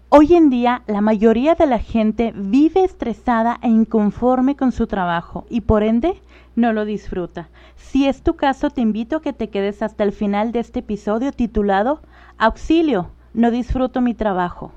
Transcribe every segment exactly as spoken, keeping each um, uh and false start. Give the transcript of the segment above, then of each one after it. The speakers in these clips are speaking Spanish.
Hoy en día, la mayoría de la gente vive estresada e inconforme con su trabajo y por ende no lo disfruta. Si es tu caso, te invito a que te quedes hasta el final de este episodio titulado Auxilio, no disfruto mi trabajo.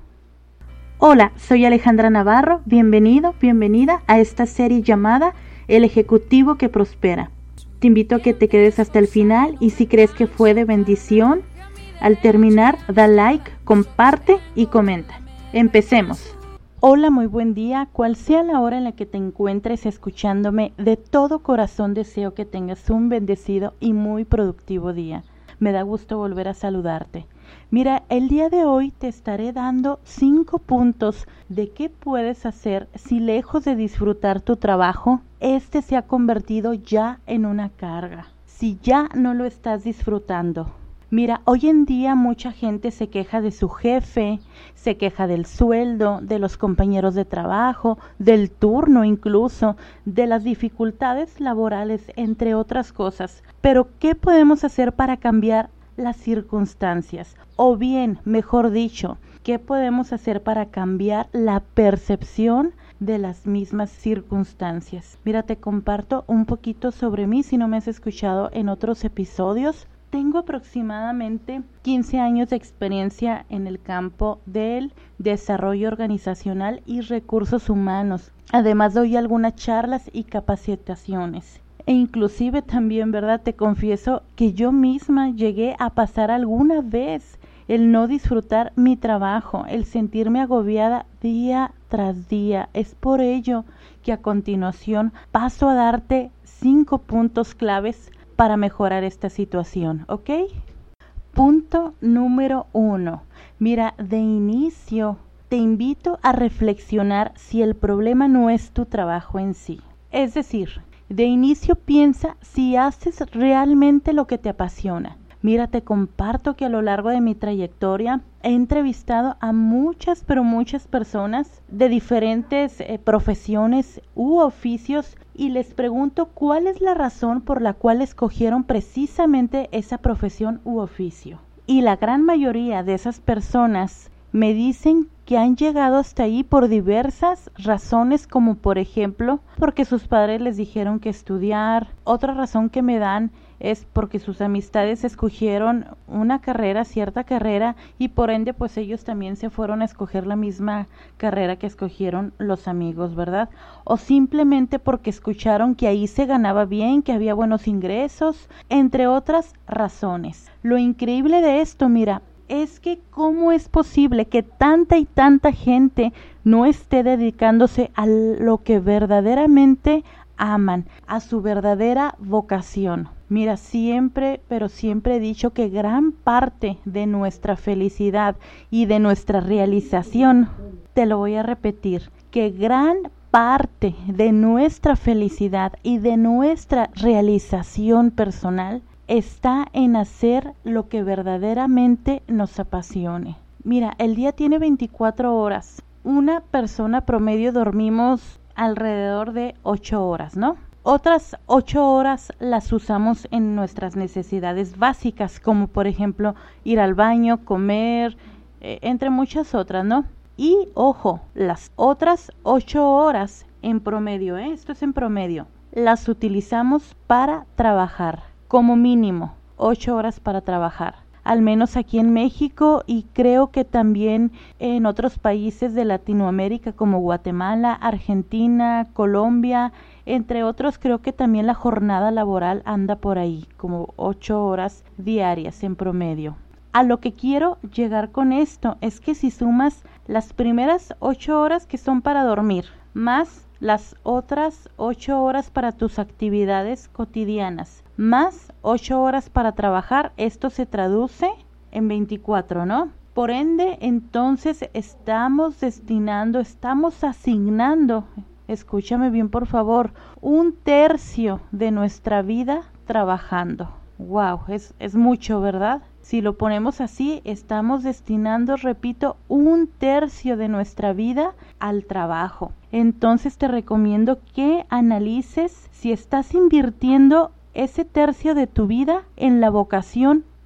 Hola, soy Alejandra Navarro, bienvenido, bienvenida a esta serie llamada El Ejecutivo que Prospera. Te invito a que te quedes hasta el final y si crees que fue de bendición, al terminar da like, comparte y comenta. Empecemos. Hola, muy buen día, cual sea la hora en la que te encuentres escuchándome, de todo corazón deseo que tengas un bendecido y muy productivo día. Me da gusto volver a saludarte. Mira, el día de hoy te estaré dando cinco puntos de qué puedes hacer si lejos de disfrutar tu trabajo, este se ha convertido ya en una carga. Si ya no lo estás disfrutando. Mira, hoy en día mucha gente se queja de su jefe, se queja del sueldo, de los compañeros de trabajo, del turno incluso, de las dificultades laborales, entre otras cosas. Pero, ¿qué podemos hacer para cambiar las circunstancias? O bien, mejor dicho, ¿qué podemos hacer para cambiar la percepción de las mismas circunstancias? Mira, te comparto un poquito sobre mí si no me has escuchado en otros episodios. Tengo aproximadamente quince años de experiencia en el campo del desarrollo organizacional y recursos humanos. Además doy algunas charlas y capacitaciones. E inclusive también, ¿verdad? Te confieso que yo misma llegué a pasar alguna vez el no disfrutar mi trabajo, el sentirme agobiada día tras día. Es por ello que a continuación paso a darte cinco puntos claves para mejorar esta situación, ¿ok? Punto número uno. Mira, de inicio te invito a reflexionar si el problema no es tu trabajo en sí. Es decir, de inicio piensa si haces realmente lo que te apasiona. Mira, te comparto que a lo largo de mi trayectoria he entrevistado a muchas, pero muchas personas de diferentes eh, profesiones u oficios y les pregunto cuál es la razón por la cual escogieron precisamente esa profesión u oficio. Y la gran mayoría de esas personas me dicen que han llegado hasta ahí por diversas razones, como por ejemplo, porque sus padres les dijeron que estudiar. Otra razón que me dan es porque sus amistades escogieron una carrera, cierta carrera, y por ende pues ellos también se fueron a escoger la misma carrera que escogieron los amigos, ¿verdad? O simplemente porque escucharon que ahí se ganaba bien, que había buenos ingresos, entre otras razones. Lo increíble de esto, mira, es que cómo es posible que tanta y tanta gente no esté dedicándose a lo que verdaderamente aman, a su verdadera vocación. Mira, siempre, pero siempre he dicho que gran parte de nuestra felicidad y de nuestra realización, te lo voy a repetir, que gran parte de nuestra felicidad y de nuestra realización personal está en hacer lo que verdaderamente nos apasione. Mira, el día tiene veinticuatro horas. Una persona promedio dormimos alrededor de ocho horas, ¿no? Otras ocho horas las usamos en nuestras necesidades básicas, como por ejemplo ir al baño, comer, eh, entre muchas otras, ¿no? Y ojo, las otras ocho horas en promedio, ¿eh? Esto es en promedio, las utilizamos para trabajar, como mínimo ocho horas para trabajar. Al menos aquí en México y creo que también en otros países de Latinoamérica como Guatemala, Argentina, Colombia, entre otros, creo que también la jornada laboral anda por ahí, como ocho horas diarias en promedio. A lo que quiero llegar con esto es que si sumas las primeras ocho horas que son para dormir, más las otras ocho horas para tus actividades cotidianas, más ocho horas para trabajar, esto se traduce en veinticuatro, ¿no? Por ende, entonces estamos destinando, estamos asignando, escúchame bien por favor, un tercio de nuestra vida trabajando. Wow, es, es mucho, ¿verdad? Si lo ponemos así, estamos destinando, repito, un tercio de nuestra vida al trabajo. Entonces te recomiendo que analices si estás invirtiendo ese tercio de tu vida en la vocación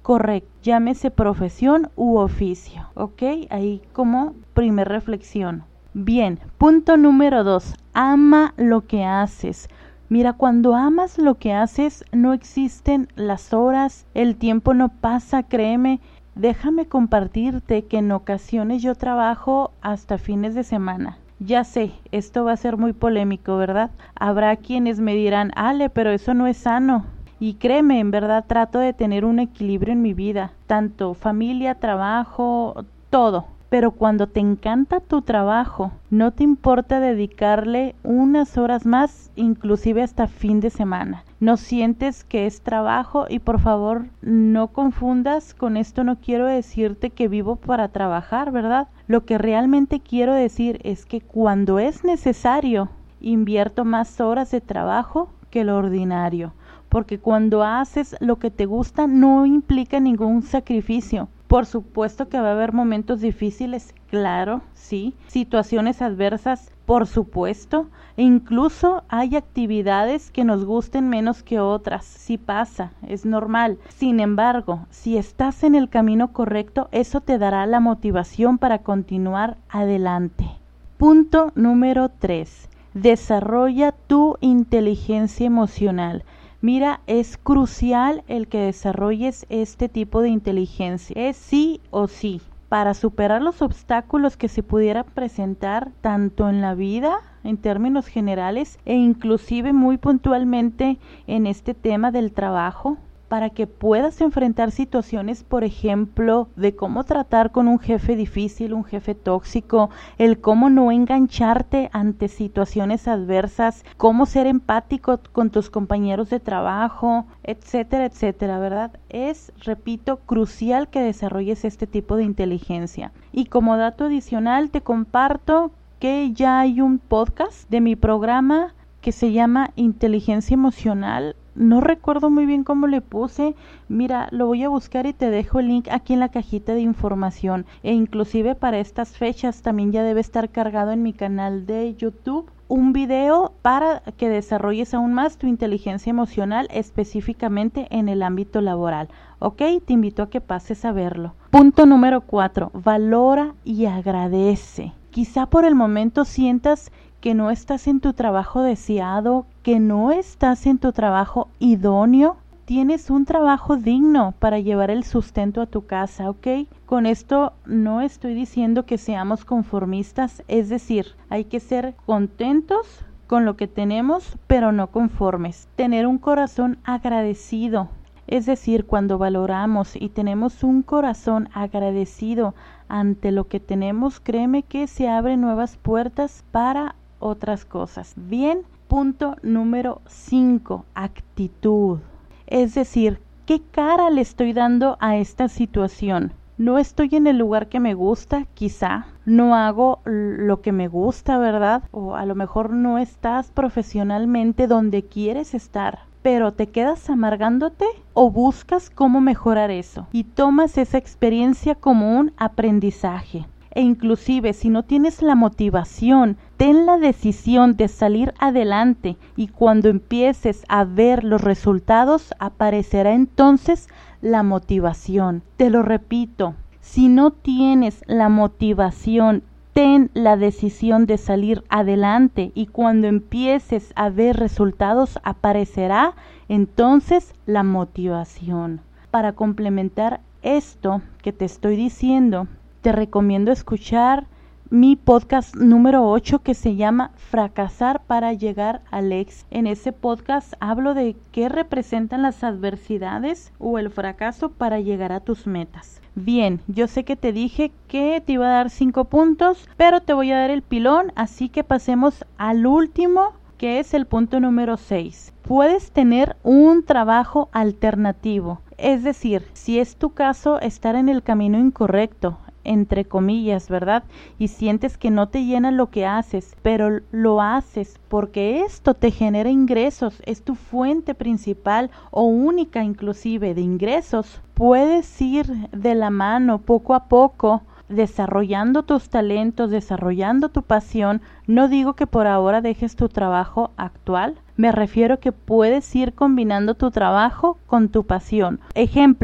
correcto, llámese profesión u oficio, ¿ok? Ahí como primer reflexión. Bien, punto número dos, ama lo que haces. Mira, cuando amas lo que haces, no existen las horas, el tiempo no pasa, créeme. Déjame compartirte que en ocasiones yo trabajo hasta fines de semana. Ya sé, esto va a ser muy polémico, ¿verdad? Habrá quienes me dirán, Ale, pero eso no es sano. Y créeme, en verdad trato de tener un equilibrio en mi vida, tanto familia, trabajo, todo. Pero cuando te encanta tu trabajo, no te importa dedicarle unas horas más, inclusive hasta fin de semana. No sientes que es trabajo y por favor no confundas, con esto no quiero decirte que vivo para trabajar, ¿verdad? Lo que realmente quiero decir es que cuando es necesario, invierto más horas de trabajo que lo ordinario. Porque cuando haces lo que te gusta no implica ningún sacrificio. Por supuesto que va a haber momentos difíciles, claro, sí, situaciones adversas, por supuesto, e incluso hay actividades que nos gusten menos que otras, sí pasa, es normal. Sin embargo, si estás en el camino correcto, eso te dará la motivación para continuar adelante. Punto número tres. Desarrolla tu inteligencia emocional. Mira, es crucial el que desarrolles este tipo de inteligencia. Es sí o sí. Para superar los obstáculos que se pudieran presentar tanto en la vida, en términos generales, e inclusive muy puntualmente en este tema del trabajo, para que puedas enfrentar situaciones, por ejemplo, de cómo tratar con un jefe difícil, un jefe tóxico, el cómo no engancharte ante situaciones adversas, cómo ser empático con tus compañeros de trabajo, etcétera, etcétera, ¿verdad? Es, repito, crucial que desarrolles este tipo de inteligencia. Y como dato adicional, te comparto que ya hay un podcast de mi programa que se llama Inteligencia Emocional. No recuerdo muy bien cómo le puse. Mira, lo voy a buscar y te dejo el link aquí en la cajita de información. E inclusive para estas fechas también ya debe estar cargado en mi canal de YouTube un video para que desarrolles aún más tu inteligencia emocional, específicamente en el ámbito laboral. Ok, te invito a que pases a verlo. Punto número cuatro. Valora y agradece. Quizá por el momento sientas que no estás en tu trabajo deseado, que no estás en tu trabajo idóneo. Tienes un trabajo digno para llevar el sustento a tu casa, ¿ok? Con esto no estoy diciendo que seamos conformistas, es decir, hay que ser contentos con lo que tenemos, pero no conformes. Tener un corazón agradecido, es decir, cuando valoramos y tenemos un corazón agradecido ante lo que tenemos, créeme que se abren nuevas puertas para otras cosas. Bien, punto número cinco, actitud. Es decir, ¿qué cara le estoy dando a esta situación? No estoy en el lugar que me gusta, quizá. No hago lo que me gusta, ¿verdad? O a lo mejor no estás profesionalmente donde quieres estar. Pero ¿te quedas amargándote o buscas cómo mejorar eso? Y tomas esa experiencia como un aprendizaje. E inclusive si no tienes la motivación, ten la decisión de salir adelante y cuando empieces a ver los resultados aparecerá entonces la motivación. Te lo repito, si no tienes la motivación, ten la decisión de salir adelante y cuando empieces a ver resultados aparecerá entonces la motivación. Para complementar esto que te estoy diciendo, te recomiendo escuchar mi podcast número ocho que se llama Fracasar para llegar al éxito. En ese podcast hablo de qué representan las adversidades o el fracaso para llegar a tus metas. Bien, yo sé que te dije que te iba a dar cinco puntos, pero te voy a dar el pilón, así que pasemos al último, que es el punto número seis. Puedes tener un trabajo alternativo, es decir, si es tu caso, estar en el camino incorrecto, entre comillas, ¿verdad? Y sientes que no te llena lo que haces, pero lo haces porque esto te genera ingresos, es tu fuente principal o única inclusive de ingresos. Puedes ir de la mano poco a poco, desarrollando tus talentos, desarrollando tu pasión. No digo que por ahora dejes tu trabajo actual, me refiero que puedes ir combinando tu trabajo con tu pasión. Ejemplo,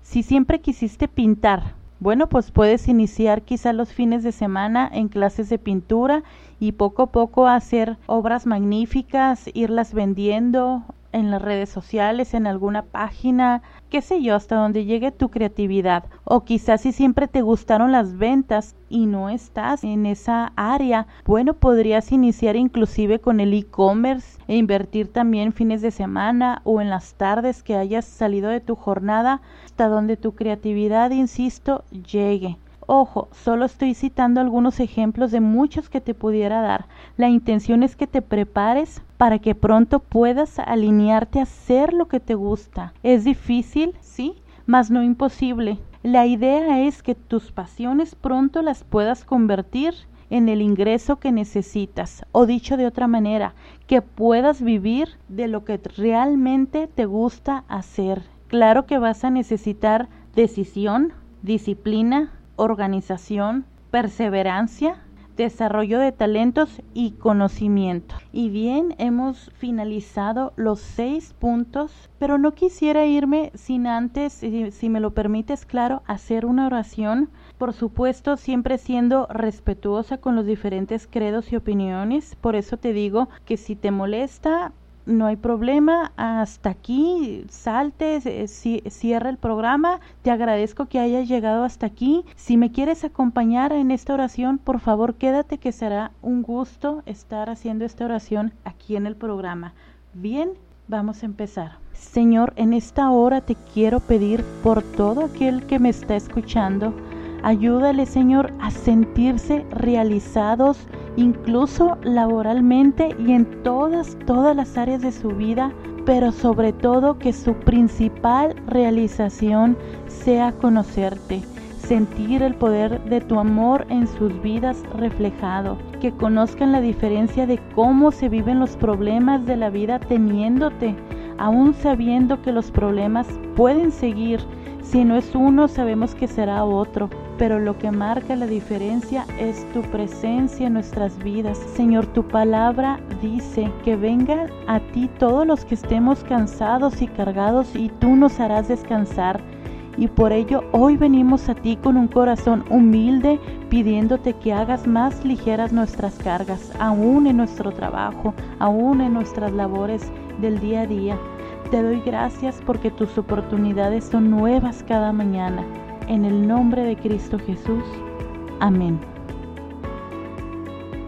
Si siempre quisiste pintar, bueno, pues puedes iniciar quizá los fines de semana en clases de pintura y poco a poco hacer obras magníficas, irlas vendiendo en las redes sociales, en alguna página, qué sé yo, hasta donde llegue tu creatividad. O quizás si siempre te gustaron las ventas y no estás en esa área, bueno, podrías iniciar inclusive con el e-commerce e invertir también fines de semana o en las tardes que hayas salido de tu jornada hasta donde tu creatividad, insisto, llegue. Ojo, solo estoy citando algunos ejemplos de muchos que te pudiera dar. La intención es que te prepares para que pronto puedas alinearte a hacer lo que te gusta. Es difícil, sí, mas no imposible. La idea es que tus pasiones pronto las puedas convertir en el ingreso que necesitas, o dicho de otra manera, que puedas vivir de lo que realmente te gusta hacer. Claro que vas a necesitar decisión, disciplina, organización, perseverancia, desarrollo de talentos y conocimiento. Y bien, hemos finalizado los seis puntos, pero no quisiera irme sin antes, si, si me lo permites, claro, hacer una oración. Por supuesto, siempre siendo respetuosa con los diferentes credos y opiniones. Por eso te digo que si te molesta, no hay problema, hasta aquí, salte, cierra el programa. Te agradezco que hayas llegado hasta aquí. Si me quieres acompañar en esta oración, por favor quédate, que será un gusto estar haciendo esta oración aquí en el programa. Bien, vamos a empezar. Señor, en esta hora te quiero pedir por todo aquel que me está escuchando, ayúdale, Señor, a sentirse realizados, incluso laboralmente y en todas, todas las áreas de su vida, pero sobre todo que su principal realización sea conocerte, sentir el poder de tu amor en sus vidas reflejado, que conozcan la diferencia de cómo se viven los problemas de la vida teniéndote, aún sabiendo que los problemas pueden seguir. Si no es uno, sabemos que será otro, pero lo que marca la diferencia es tu presencia en nuestras vidas. Señor, tu palabra dice que vengan a ti todos los que estemos cansados y cargados y tú nos harás descansar. Y por ello hoy venimos a ti con un corazón humilde, pidiéndote que hagas más ligeras nuestras cargas, aún en nuestro trabajo, aún en nuestras labores del día a día. Te doy gracias porque tus oportunidades son nuevas cada mañana. En el nombre de Cristo Jesús. Amén.